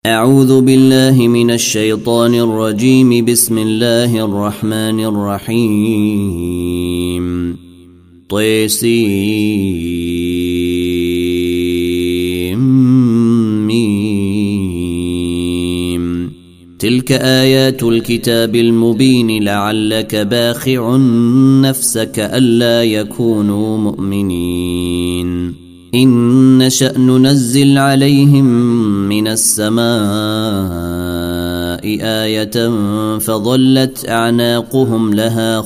أعوذ بالله من الشيطان الرجيم. بسم الله الرحمن الرحيم. طيسيم. تلك آيات الكتاب المبين لعلك باخع نفسك ألا يكونوا مؤمنين. إن نشأ ننزل عليهم من السماء آية فظلت أعناقهم لها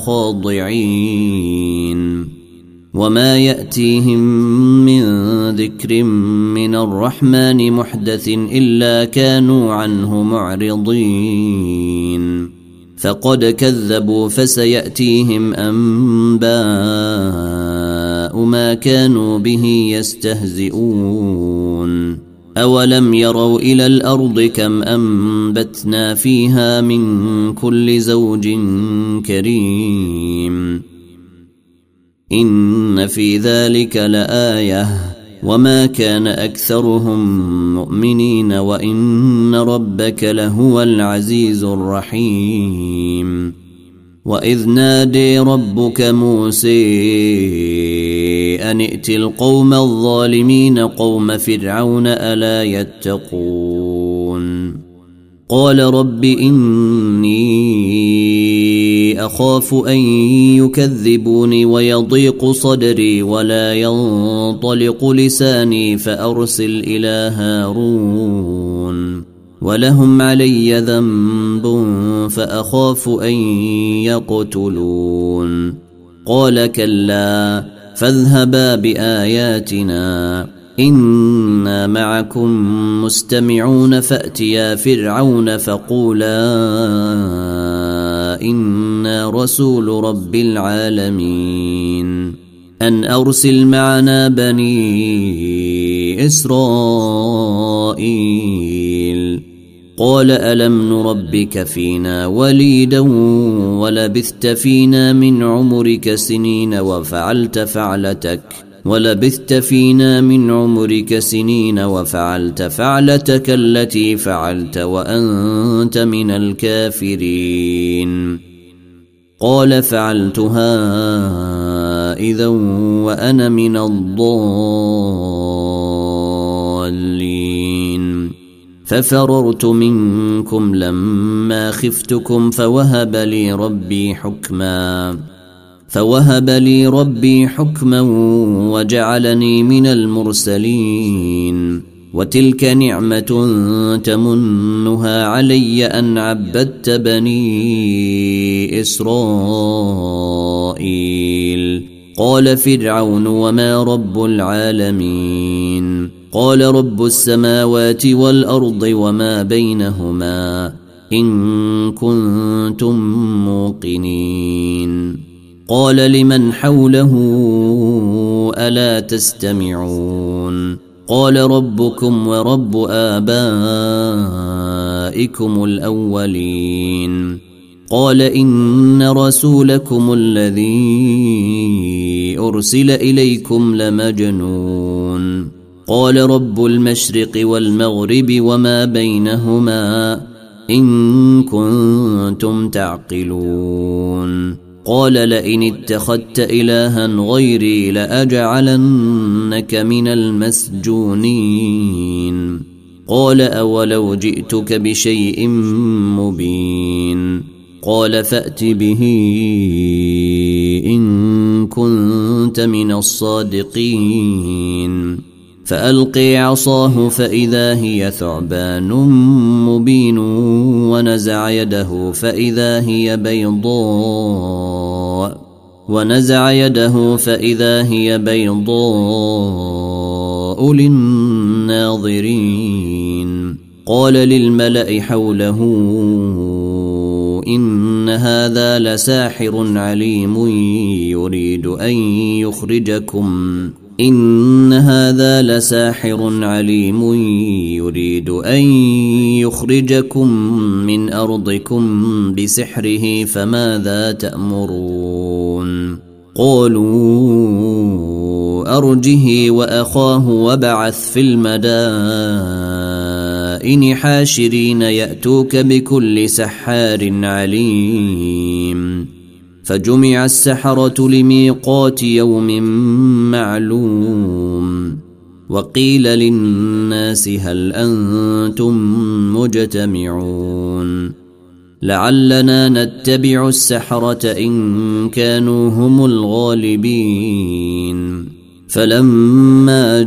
خاضعين وما يأتيهم من ذكر من الرحمن محدث إلا كانوا عنه معرضين. فقد كذبوا فسيأتيهم أنباء ما كانوا به يستهزئون. أولم يروا إلى الأرض كم أنبتنا فيها من كل زوج كريم. إن في ذلك لآية وما كان أكثرهم مؤمنين وإن ربك لهو العزيز الرحيم. وإذ نادي ربك موسى أن ائت القوم الظالمين قوم فرعون ألا يتقون. قال رب إني أخاف أن يكذبوني ويضيق صدري ولا ينطلق لساني فأرسل إلى هارون ولهم علي ذنب فأخاف أن يقتلون. قال كلا فاذهبا بآياتنا إنا معكم مستمعون فأتيا فرعون فقولا إنا رسول رب العالمين أن أرسل معنا بني إسرائيل. قال ألم نربك فينا وليدا ولبثت فينا من عمرك سنين وفعلت فعلتك التي فعلت وأنت من الكافرين. قال فعلتها إذا وأنا من الضالين. ففررت منكم لما خفتكم فوهب لي ربي حكما وجعلني من المرسلين. وتلك نعمة تمنها علي أن عبدت بني إسرائيل. قال فرعون وما رب العالمين؟ قال رب السماوات والأرض وما بينهما إن كنتم موقنين. قال لمن حوله ألا تستمعون؟ قال ربكم ورب آبائكم الأولين. قال إن رسولكم الذي أرسل إليكم لمجنون. قال رب المشرق والمغرب وما بينهما إن كنتم تعقلون. قال لئن اتخذت إلها غيري لأجعلنك من المسجونين. قال أولو جئتك بشيء مبين. قال فأت به إن كنت من الصادقين. فألقي عصاه فإذا هي ثعبان مبين ونزع يده فإذا هي بيضاء للناظرين. قال للملأ حوله إن هذا لساحر عليم يريد أن يخرجكم من أرضكم بسحره فماذا تأمرون؟ قالوا أرجه وأخاه وابعث في المدائن المدائن حاشرين يأتوك بكل سحار عليم فجمع السحرة لميقات يوم معلوم وقيل للناس هل أنتم مجتمعون لعلنا نتبع السحرة إن كانوا هم الغالبين فلما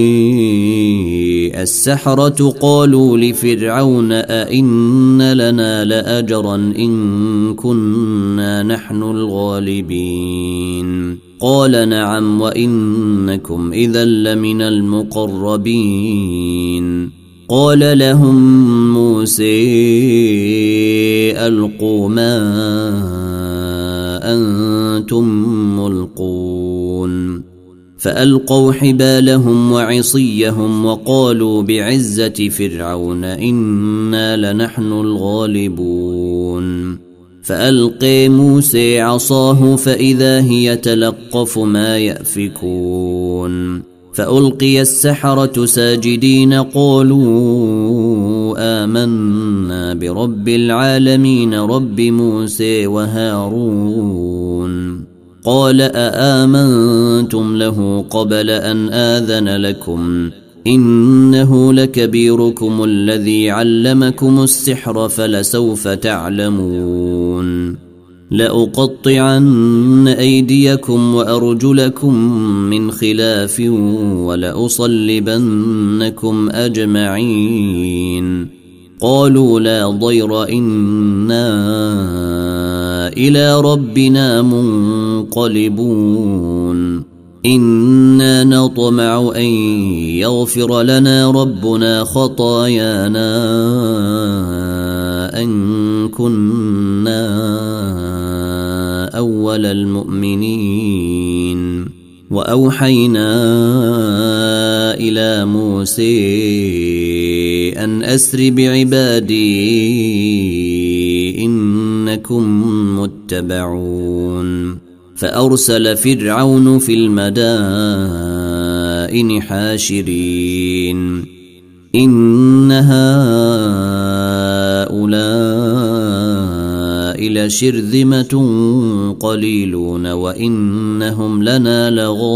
جاء السحرة قالوا لفرعون أئن لنا لأجرا إن كنا نحن الغالبين قال نعم وإنكم إذا لمن المقربين قال لهم موسى ألقوا ما أنتم ملقون فألقوا حبالهم وعصيهم وقالوا بعزة فرعون إنا لنحن الغالبون فألقى موسى عصاه فإذا هي تلقف ما يأفكون فألقي السحرة ساجدين قالوا آمنا برب العالمين رب موسى وهارون قال أآمنتم له قبل أن آذن لكم إنه لكبيركم الذي علمكم السحر فلسوف تعلمون لأقطعن أيديكم وأرجلكم من خلاف ولأصلبنكم أجمعين قالوا لا ضير إنا إلى ربنا منقلبون إنا نطمع أن يغفر لنا ربنا خطايانا أن كنا أول المؤمنين وأوحينا إلى موسى أن أسر بعبادي إنكم متبعون فأرسل فرعون في المدائن حاشرين إن هؤلاء لشرذمة قليلون وإنهم لنا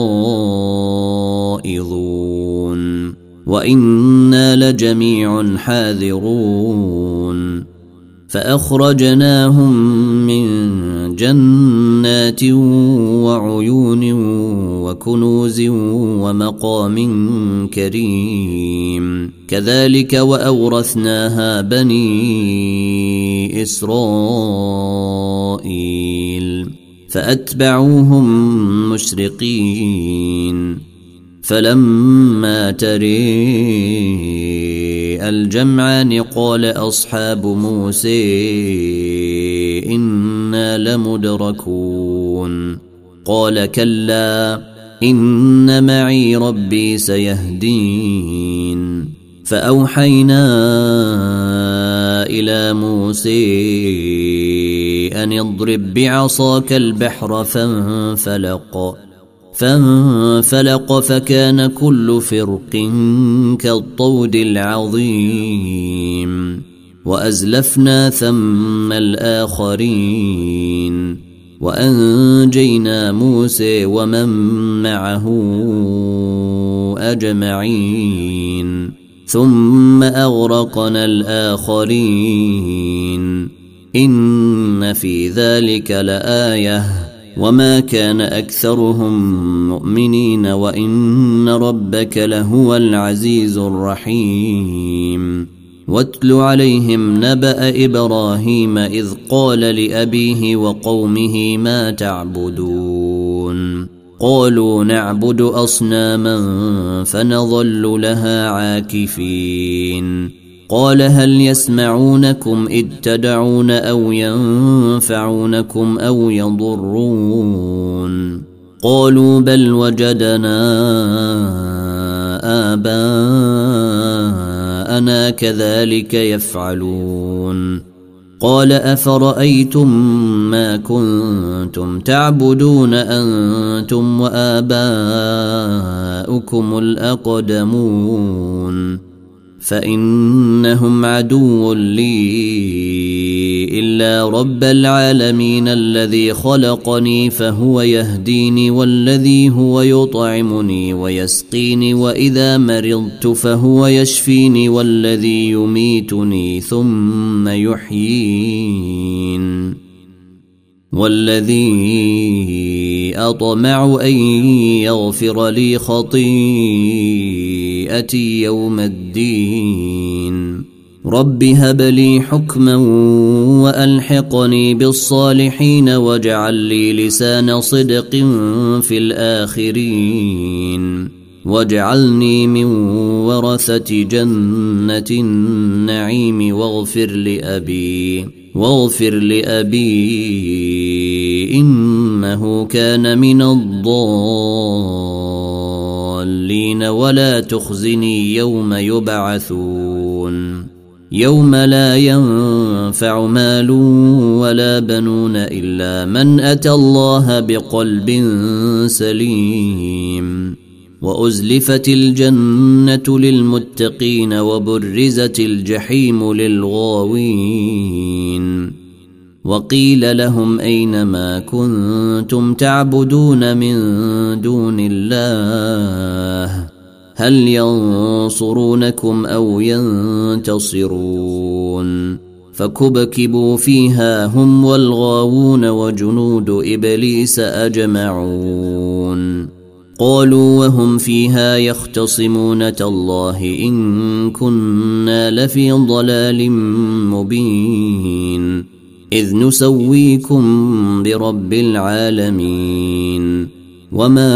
لغائظون وإنا لجميع حاذرون فأخرجناهم من جنات وعيون وكنوز ومقام كريم كذلك وأورثناها بني إسرائيل فأتبعوهم مشرقين فلما تري الجمعان قال أصحاب موسى إنا لمدركون قال كلا إن معي ربي سيهدين فأوحينا إلى موسى أن اضرب بعصاك البحر فانفلق فكان كل فرق كالطود العظيم وأزلفنا ثم الآخرين وأنجينا موسى ومن معه أجمعين ثم أغرقنا الآخرين إن في ذلك لآية وما كان أكثرهم مؤمنين وإن ربك لهو العزيز الرحيم واتل عليهم نبأ إبراهيم إذ قال لأبيه وقومه ما تعبدون قالوا نعبد أصناما فنظل لها عاكفين قال هل يسمعونكم إذ تدعون أو ينفعونكم أو يضرون قالوا بل وجدنا آباءنا كذلك يفعلون قال أفرأيتم ما كنتم تعبدون أنتم وآباؤكم الأقدمون فإنهم عدو لي إلا رب العالمين الذي خلقني فهو يهديني والذي هو يطعمني ويسقيني وإذا مرضت فهو يشفيني والذي يميتني ثم يحيين والذي أطمع أن يغفر لي خطيئتي يوم الدين رب هب لي حكما وألحقني بالصالحين واجعل لي لسان صدق في الآخرين واجعلني من ورثة جنة النعيم واغفر لأبي إنه كان من الضالين ولا تخزني يوم يبعثون يوم لا ينفع مال ولا بنون إلا من أتى الله بقلب سليم وأزلفت الجنة للمتقين وبرزت الجحيم للغاوين وقيل لهم أين ما كنتم تعبدون من دون الله هل ينصرونكم أو ينتصرون فكبكبوا فيها هم والغاوون وجنود إبليس أجمعون قالوا وهم فيها يختصمون تالله إن كنا لفي ضلال مبين إذ نسويكم برب العالمين وما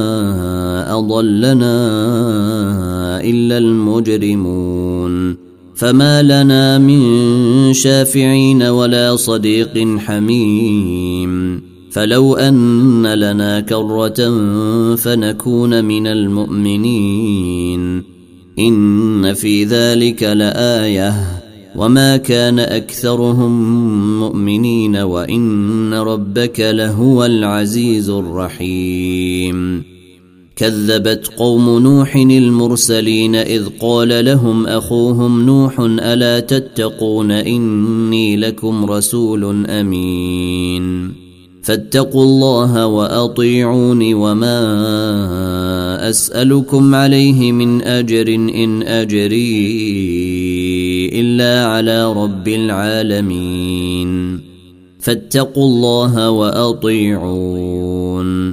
أضلنا إلا المجرمون فما لنا من شافعين ولا صديق حميم فلو أن لنا كرة فنكون من المؤمنين إن في ذلك لآية وما كان أكثرهم مؤمنين وإن ربك لهو العزيز الرحيم كذبت قوم نوح المرسلين إذ قال لهم أخوهم نوح ألا تتقون إني لكم رسول أمين فاتقوا الله وأطيعوني وما أسألكم عليه من أجر إن أجري إلا على رب العالمين فاتقوا الله وأطيعون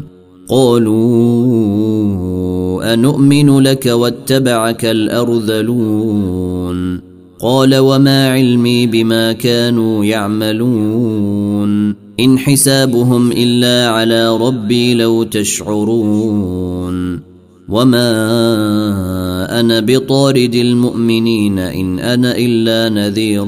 قالوا أنؤمن لك واتبعك الأرذلون قال وما علمي بما كانوا يعملون إن حسابهم إلا على ربي لو تشعرون وما أنا بطارد المؤمنين إن أنا إلا نذير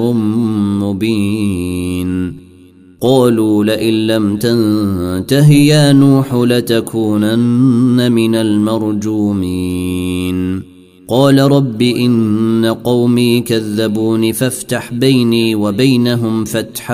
مبين قالوا لئن لم تنته يا نوح لتكونن من المرجومين قال رب إن قومي كذبوني فافتح بيني وبينهم فتحا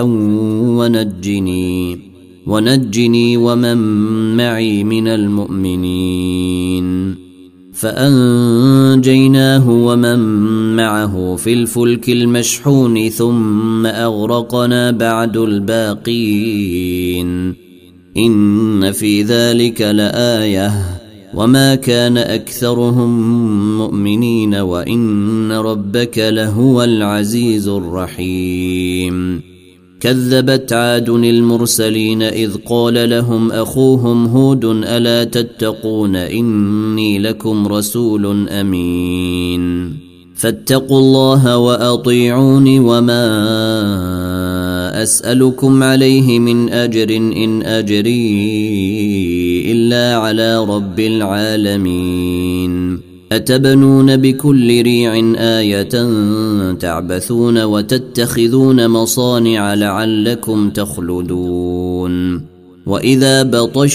ونجني ومن معي من المؤمنين فأنجيناه ومن معه في الفلك المشحون ثم أغرقنا بعد الباقين إن في ذلك لآية وما كان أكثرهم مؤمنين وإن ربك لهو العزيز الرحيم كذبت عاد المرسلين إذ قال لهم أخوهم هود ألا تتقون إني لكم رسول أمين فاتقوا الله وأطيعوني وما أسألكم عليه من أجر إن أجري إلا على رب العالمين أتبنون بكل ريع آية تعبثون وتتخذون مصانع لعلكم تخلدون وإذا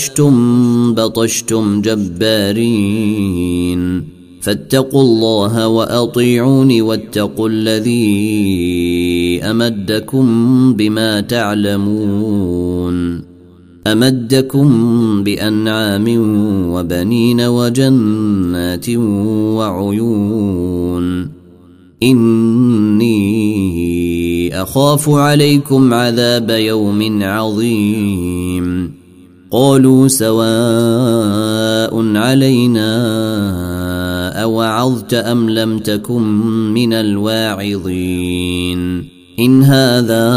بطشتم جبارين فاتقوا الله وأطيعوني واتقوا الذي أمدكم بما تعلمون أمدكم بأنعام وبنين وجنات وعيون إني أخاف عليكم عذاب يوم عظيم قالوا سواء علينا أوعظت أم لم تكن من الواعظين إن هذا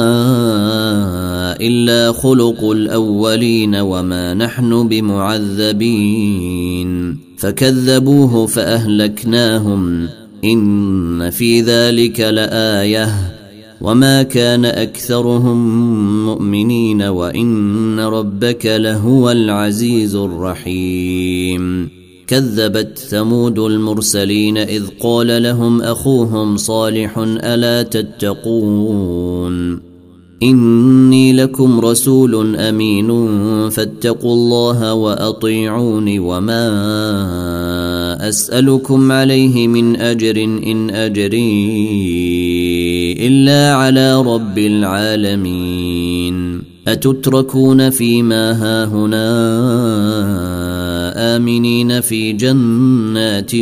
إلا خلق الأولين وما نحن بمعذبين فكذبوه فأهلكناهم إن في ذلك لآية وما كان أكثرهم مؤمنين وإن ربك لهو العزيز الرحيم كذبت ثمود المرسلين إذ قال لهم أخوهم صالح ألا تتقون إني لكم رسول أمين فاتقوا الله وأطيعون وما أسألكم عليه من أجر إن أجري إلا على رب العالمين أتتركون فيما هاهنا آمنين في جنات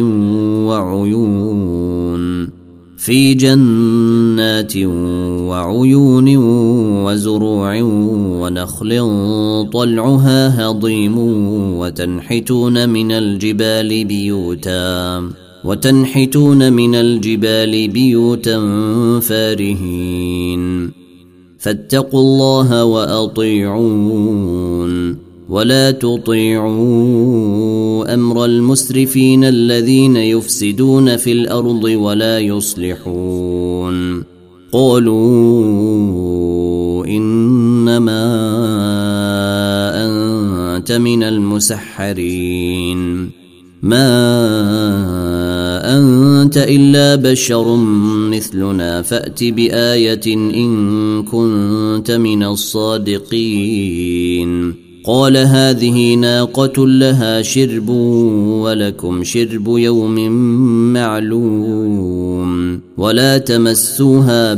وعيون وزروع ونخل طلعها هضيم وتنحتون من الجبال بيوتا فارهين فاتقوا الله وأطيعون ولا تطيعوا أمر المسرفين الذين يفسدون في الأرض ولا يصلحون قالوا إنما أنت من المسحرين ما أنت إلا بشر مثلنا فأت بآية إن كنت من الصادقين قال هذه ناقة لها شرب ولكم شرب يوم معلوم ولا تمسوها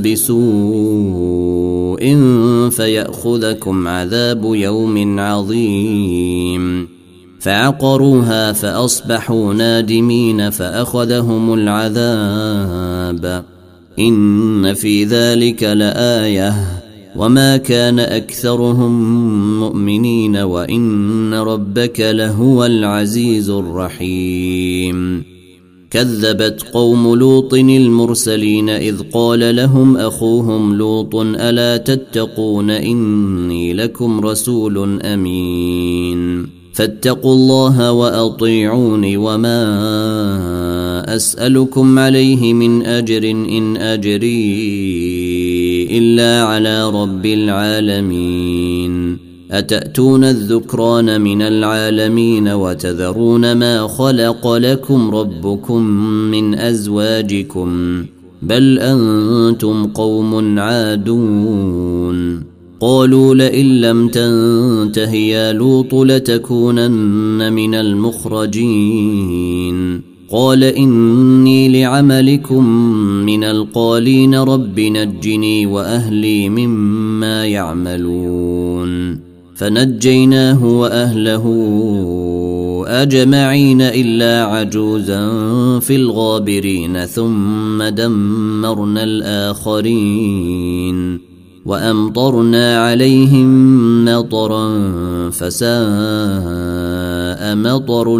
بسوء فيأخذكم عذاب يوم عظيم فعقروها فأصبحوا نادمين فأخذهم العذاب إن في ذلك لآية وما كان أكثرهم مؤمنين وإن ربك لهو العزيز الرحيم كذبت قوم لوط المرسلين إذ قال لهم أخوهم لوط ألا تتقون إني لكم رسول أمين فاتقوا الله وأطيعون وما أسألكم عليه من أجر إن أجري إلا على رب العالمين أتأتون الذكران من العالمين وتذرون ما خلق لكم ربكم من أزواجكم بل أنتم قوم عادون قالوا لئن لم تنته يا لوط لتكونن من المخرجين قال إني لعملكم من القالين رب نجني وأهلي مما يعملون فنجيناه وأهله أجمعين إلا عجوزا في الغابرين ثم دمرنا الآخرين وأمطرنا عليهم مطرا فساء مطر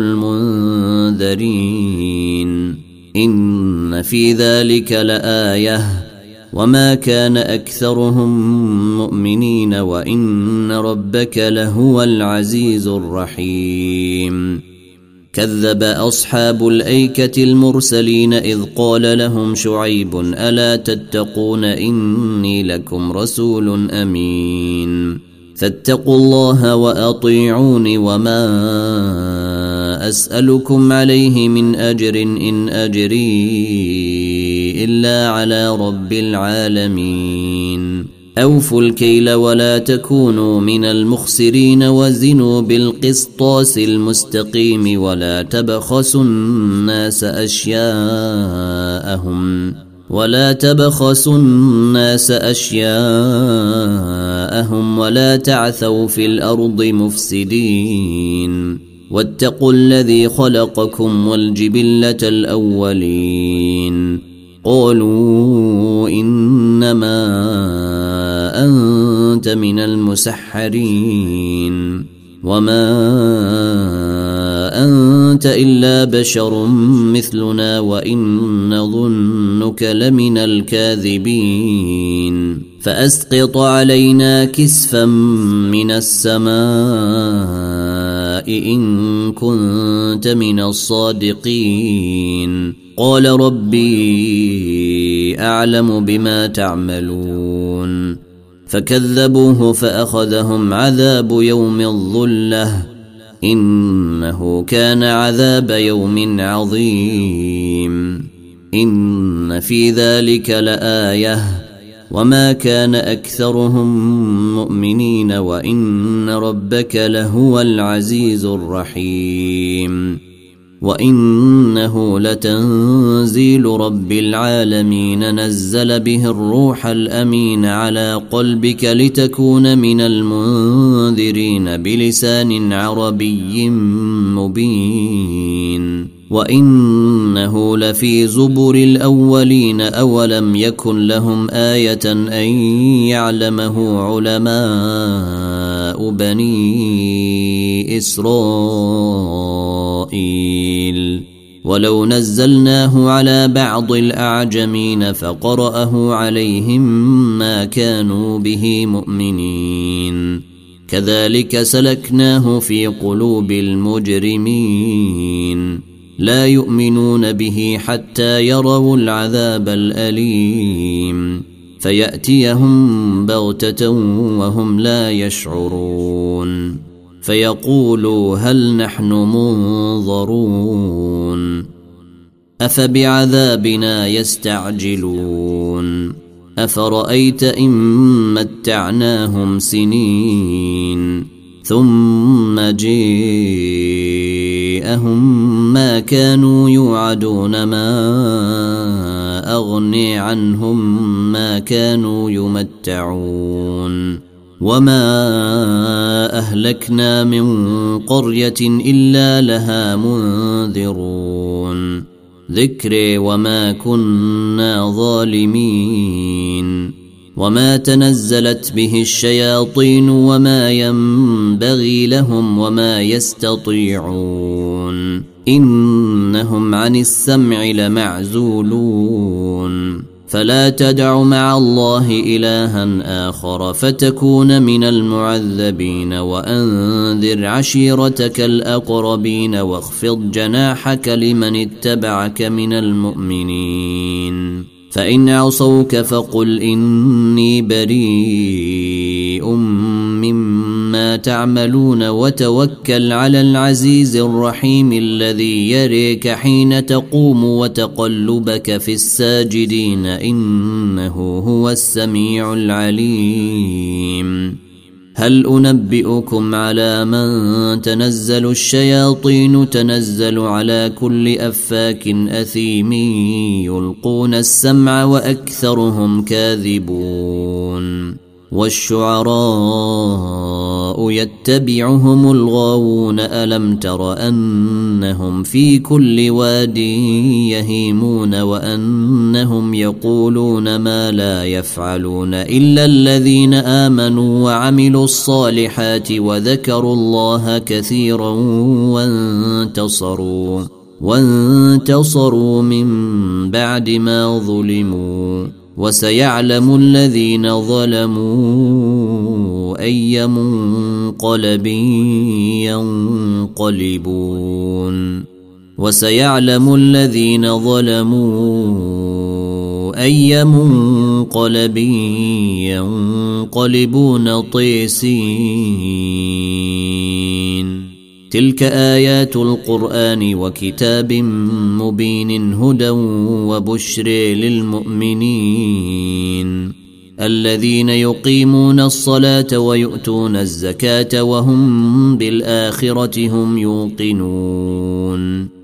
المنذرين إن في ذلك لآية وما كان أكثرهم مؤمنين وإن ربك لهو العزيز الرحيم كذب أصحاب الأيكة المرسلين إذ قال لهم شعيب ألا تتقون إني لكم رسول أمين فاتقوا الله وأطيعون وما أسألكم عليه من أجر إن أجري إلا على رب العالمين أوفوا الكيل ولا تكونوا من المخسرين وزنوا بالقسطاس المستقيم ولا تبخسوا الناس أشياءهم ولا تعثوا في الأرض مفسدين واتقوا الذي خلقكم والجبلة الأولين قالوا إنما أنت من المسحرين وما أنت إلا بشر مثلنا وإن نظنك لمن الكاذبين فأسقط علينا كسفا من السماء إن كنت من الصادقين قال ربي أعلم بما تعملون فكذبوه فأخذهم عذاب يوم الظلة إنه كان عذاب يوم عظيم إن في ذلك لآية وما كان أكثرهم مؤمنين وإن ربك لهو العزيز الرحيم وإنه لتنزيل رب العالمين نزل به الروح الأمين على قلبك لتكون من المنذرين بلسان عربي مبين وإنه لفي زبر الأولين أولم يكن لهم آية أن يعلمه علماء بني إسرائيل ولو نزلناه على بعض الأعجمين فقرأه عليهم ما كانوا به مؤمنين كذلك سلكناه في قلوب المجرمين لا يؤمنون به حتى يروا العذاب الأليم فيأتيهم بغتة وهم لا يشعرون فيقولوا هل نحن منظرون أفبعذابنا يستعجلون أفرأيت إن متعناهم سنين ثم جاءهم ما كانوا يوعدون ما أغني عنهم ما كانوا يمتعون وما أهلكنا من قرية إلا لها منذرون ذكري وما كنا ظالمين وما تنزلت به الشياطين وما ينبغي لهم وما يستطيعون إنهم عن السمع لمعزولون فلا تدع مع الله إلها آخر فتكون من المعذبين وأنذر عشيرتك الأقربين واخفض جناحك لمن اتبعك من المؤمنين فإن عصوك فقل إني بريء مما تعملون وتوكل على العزيز الرحيم الذي يريك حين تقوم وتقلبك في الساجدين إنه هو السميع العليم هل أنبئكم على من تنزل الشياطين تنزل على كل أفاك أثيم يلقون السمع وأكثرهم كاذبون والشعراء يتبعهم الغاوون ألم تر أنهم في كل واد يهيمون وأنهم يقولون ما لا يفعلون إلا الذين آمنوا وعملوا الصالحات وذكروا الله كثيرا وانتصروا من بعد ما ظلموا وسيعلم الذين ظلموا أي منقلب ينقلبون وسيعلم الذين ظلموا أي منقلب ينقلبون طيسين تلك آيات القرآن وكتاب مبين هدى وبشر للمؤمنين الذين يقيمون الصلاة ويؤتون الزكاة وهم بالآخرة هم يوقنون